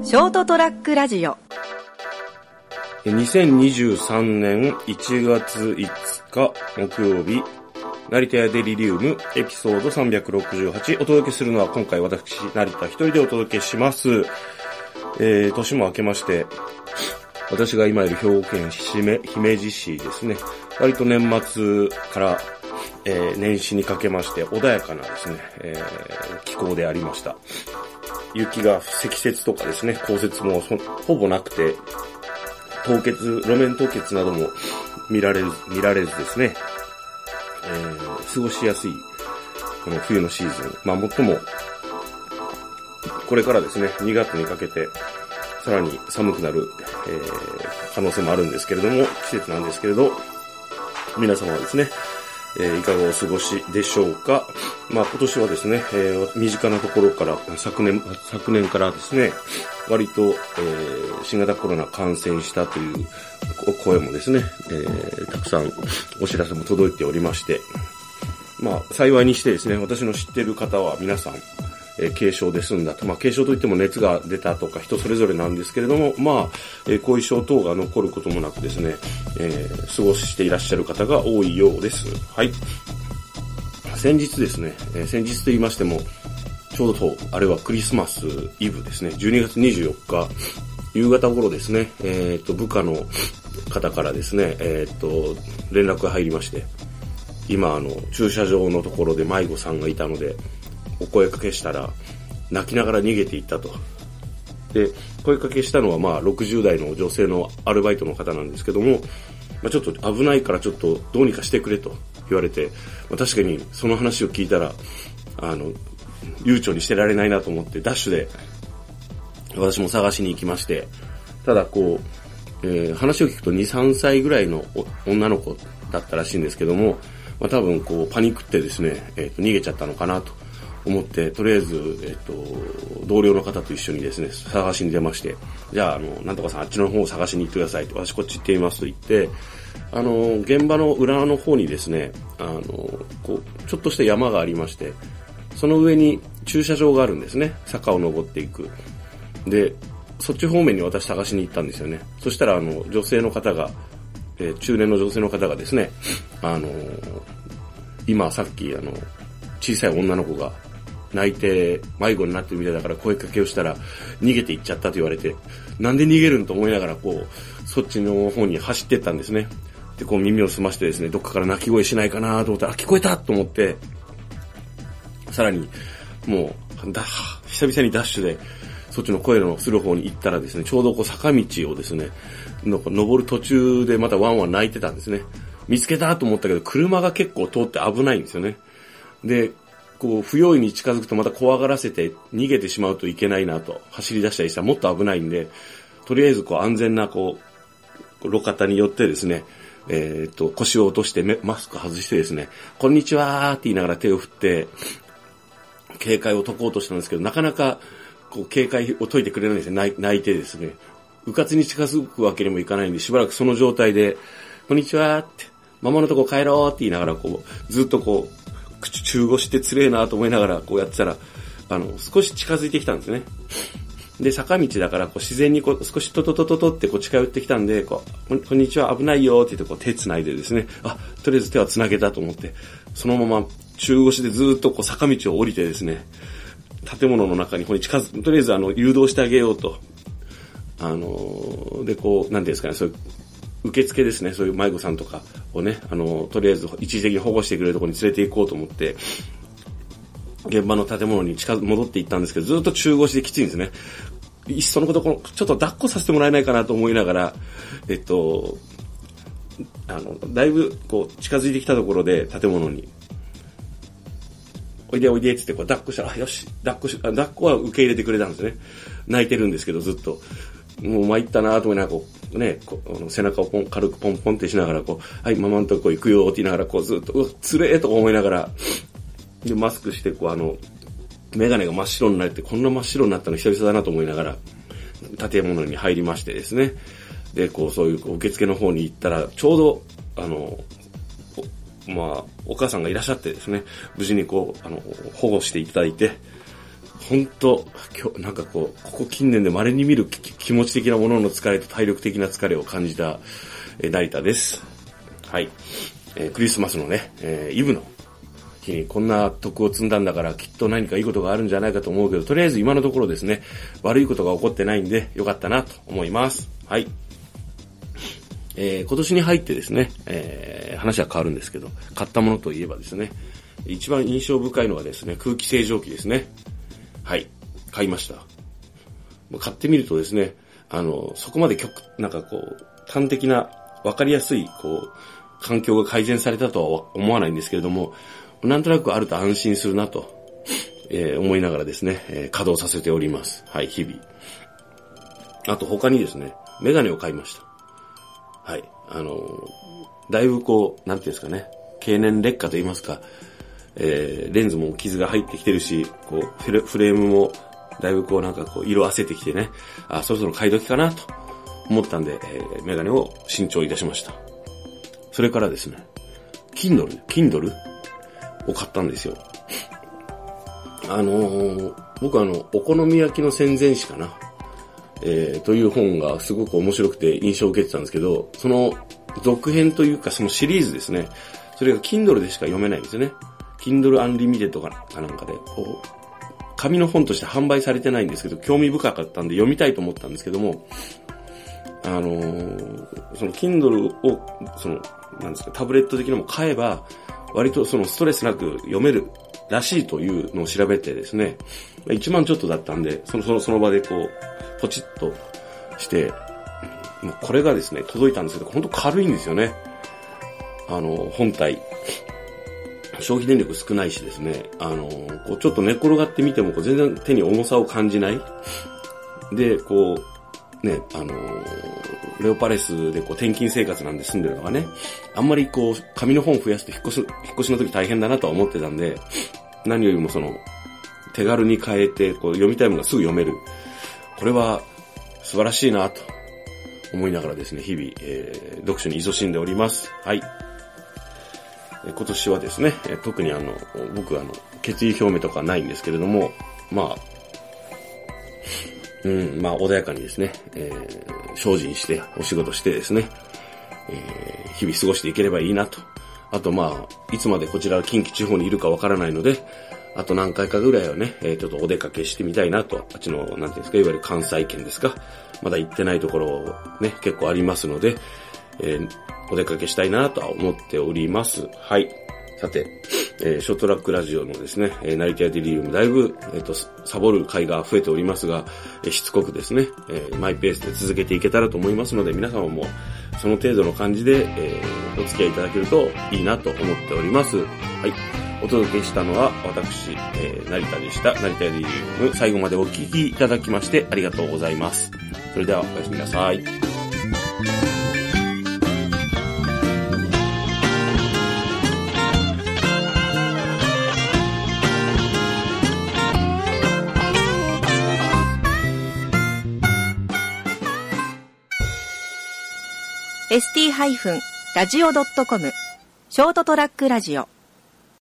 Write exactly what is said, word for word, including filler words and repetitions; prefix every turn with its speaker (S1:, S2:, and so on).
S1: ショートトラックラジオ
S2: にせんにじゅうさんねんいちがついつか木曜日、成田屋デリリウムエピソードさんびゃくろくじゅうはち、お届けするのは今回私成田一人でお届けします。えー、年も明けまして、私が今いる兵庫県姫路市ですね、割と年末から、えー、年始にかけまして穏やかなですね、えー、気候でありました。雪が積雪とかですね、降雪もほぼなくて、凍結、路面凍結なども見られず、見られずですね、えー、過ごしやすい、この冬のシーズン。まあ、もっとも、これからですね、にがつにかけて、さらに寒くなる、えー、可能性もあるんですけれども、季節なんですけれど、皆様はですね、えー、いかがお過ごしでしょうか。まあ、今年はですね、えー、身近なところから、昨年、昨年からですね、割と、えー、新型コロナ感染したという声もですね、えー、たくさんお知らせも届いておりまして、まあ、幸いにしてですね、私の知っている方は皆さん、えー、軽症で済んだと。まあ、軽症といっても熱が出たとか人それぞれなんですけれども、まあ、えー、後遺症等が残ることもなくですね、えー、過ごしていらっしゃる方が多いようです。はい。先日ですね、えー、先日と言いましても、ちょうどと、あれはクリスマスイブですね、じゅうにがつにじゅうよっか、夕方頃ですね、えっと、部下の方からですね、えっと、連絡が入りまして、今、あの、駐車場のところで迷子さんがいたので、お声かけしたら、泣きながら逃げていったと。で、声かけしたのは、まあ、ろくじゅうだいの女性のアルバイトの方なんですけども、まあ、ちょっと危ないからちょっとどうにかしてくれと言われて、まあ、確かにその話を聞いたら、あの、悠長にしてられないなと思ってダッシュで私も探しに行きまして、ただこう、えー、話を聞くとに、さんさいぐらいの女の子だったらしいんですけども、まあ、多分こうパニックってですね、えー、と逃げちゃったのかなと思って、とりあえず、えっと、同僚の方と一緒にですね、探しに出まして、じゃあ、あの、なんとかさんあっちの方を探しに行ってくださいと、私こっち行ってみますと言って、あの、現場の裏の方にですね、あの、こう、ちょっとした山がありまして、その上に駐車場があるんですね、坂を登っていく。で、そっち方面に私探しに行ったんですよね。そしたら、あの、女性の方が、えー、中年の女性の方がですね、あの、今さっき、あの、小さい女の子が、泣いて迷子になってるみたいだから声かけをしたら逃げていっちゃったと言われて、なんで逃げるんと思いながらこうそっちの方に走ってったんですね。でこう耳を澄ましてですね、どっかから泣き声しないかなと思ったら、あ、聞こえたと思って、さらにもうだ久々にダッシュでそっちの声のする方に行ったらですね、ちょうどこう坂道をですねの登る途中でまたワンワン泣いてたんですね。見つけたと思ったけど車が結構通って危ないんですよね。でこう不用意に近づくとまた怖がらせて逃げてしまうといけないなと、走り出したりしたらもっと危ないんで、とりあえずこう安全なこう路肩に寄ってですね、えー、っと腰を落としてマスク外してですね、こんにちはーって言いながら手を振って警戒を解こうとしたんですけど、なかなかこう警戒を解いてくれないんですよ。泣いてですね、うかつに近づくわけにもいかないんで、しばらくその状態でこんにちはーって、ママのとこ帰ろうって言いながらこうずっとこう口中腰ってつれえなと思いながらこうやってたら、あの少し近づいてきたんですね。で坂道だからこう自然にこう少しトトトトトってこう近寄ってきたんで、こうこんにちは危ないよって言ってこう手つないでですね、あ、とりあえず手はつなげたと思って、そのまま中腰でずっとこう坂道を降りてですね、建物の中にここに近づとりあえずあの誘導してあげようと、あのでこうなんていうんですかね、そういう受付ですね、そういう迷子さんとかをね、あの、とりあえず一時的に保護してくれるところに連れて行こうと思って、現場の建物に近づ戻って行ったんですけど、ずっと中腰できついんですね。いっそのこと、このちょっと抱っこさせてもらえないかなと思いながら、えっと、あの、だいぶこう近づいてきたところで建物に、おいでおいでって言ってこう抱っこしたら、よし、抱っこし、抱っこは受け入れてくれたんですね。泣いてるんですけど、ずっと。もう参ったなと思いながらこうね、こう背中をポン軽くポンポンってしながらこう、はいママのとこ行くよって言いながらこうずっとうわつれーと思いながら、でマスクしてこうあのメガネが真っ白になって、こんな真っ白になったの久々だなと思いながら建物に入りましてですね、でこうそういう受付の方に行ったらちょうどあのまあお母さんがいらっしゃってですね、無事にこうあの保護していただいて、 本当今日なんかこうここ近年で稀に見る気持ち的なものの疲れと体力的な疲れを感じた、えー、成田です。はい、えー、クリスマスのね、えー、イブの日にこんな徳を積んだんだからきっと何かいいことがあるんじゃないかと思うけど、とりあえず今のところですね、悪いことが起こってないんでよかったなと思います。はい。えー、今年に入ってですね、えー、話は変わるんですけど、買ったものといえばですね、一番印象深いのはですね、空気清浄機ですね。はい、買いました。買ってみるとですね、あの、そこまで極、なんかこう、端的な、わかりやすい、こう、環境が改善されたとは思わないんですけれども、なんとなくあると安心するなと、えー、思いながらですね、えー、稼働させております。はい、日々。あと他にですね、メガネを買いました。はい、あのー、だいぶこう、なんていうんですかね、経年劣化と言いますか、えー、レンズも傷が入ってきてるし、こう、フレ、フレームもだいぶこうなんかこう色あせてきてね、あ、そろそろ買い時かなと思ったんで、えー、メガネを新調いたしました。それからですね、Kindle、Kindle を買ったんですよ。あのー、僕はあの、お好み焼きの戦前史かな、えー、という本がすごく面白くて印象を受けてたんですけど、その続編というかそのシリーズですね、それが Kindle でしか読めないんですよね。Kindle Unlimited かなんかで、こう、紙の本として販売されてないんですけど、興味深かったんで読みたいと思ったんですけども、あのー、その Kindle を、その、なんですか、タブレット的なも買えば、割とそのストレスなく読めるらしいというのを調べてですね、いちまんちょっとだったんで、その、その、その場でこう、ポチッとして、もうこれがですね、届いたんですけど、ほんと軽いんですよね。あの、本体。消費電力少ないしですね、あの、こうちょっと寝転がってみてもこう全然手に重さを感じない。で、こう、ね、あの、レオパレスでこう転勤生活なんで住んでるのがね、あんまりこう、紙の本増やすと引っ越す、引っ越しの時大変だなとは思ってたんで、何よりもその、手軽に変えて、こう読みたいものがすぐ読める。これは素晴らしいなと思いながらですね、日々、えー、読書に勤しんでおります。はい。今年はですね、特にあの、僕はあの、決意表明とかないんですけれども、まあ、うん、まあ、穏やかにですね、えー、精進して、お仕事してですね、えー、日々過ごしていければいいなと。あとまあ、いつまでこちら近畿地方にいるかわからないので、あと何回かぐらいはね、えー、ちょっとお出かけしてみたいなと、あっちの、なんていうんですか、いわゆる関西圏ですか、まだ行ってないところね、結構ありますので、えーお出かけしたいなとは思っております。はい。さて、えー、ショートラックラジオのですね、えー、成田屋デリリウムだいぶ、えっと、サボる回が増えておりますが、えー、しつこくですね、えー、マイペースで続けていけたらと思いますので、皆様もその程度の感じで、えー、お付き合いいただけるといいなと思っております。はい。お届けしたのは私、えー、成田でした。成田屋デリリウム、最後までお聞きいただきましてありがとうございます。それではおやすみなさい。
S1: エスティー ラジオ ドットコム ショートトラックラジオ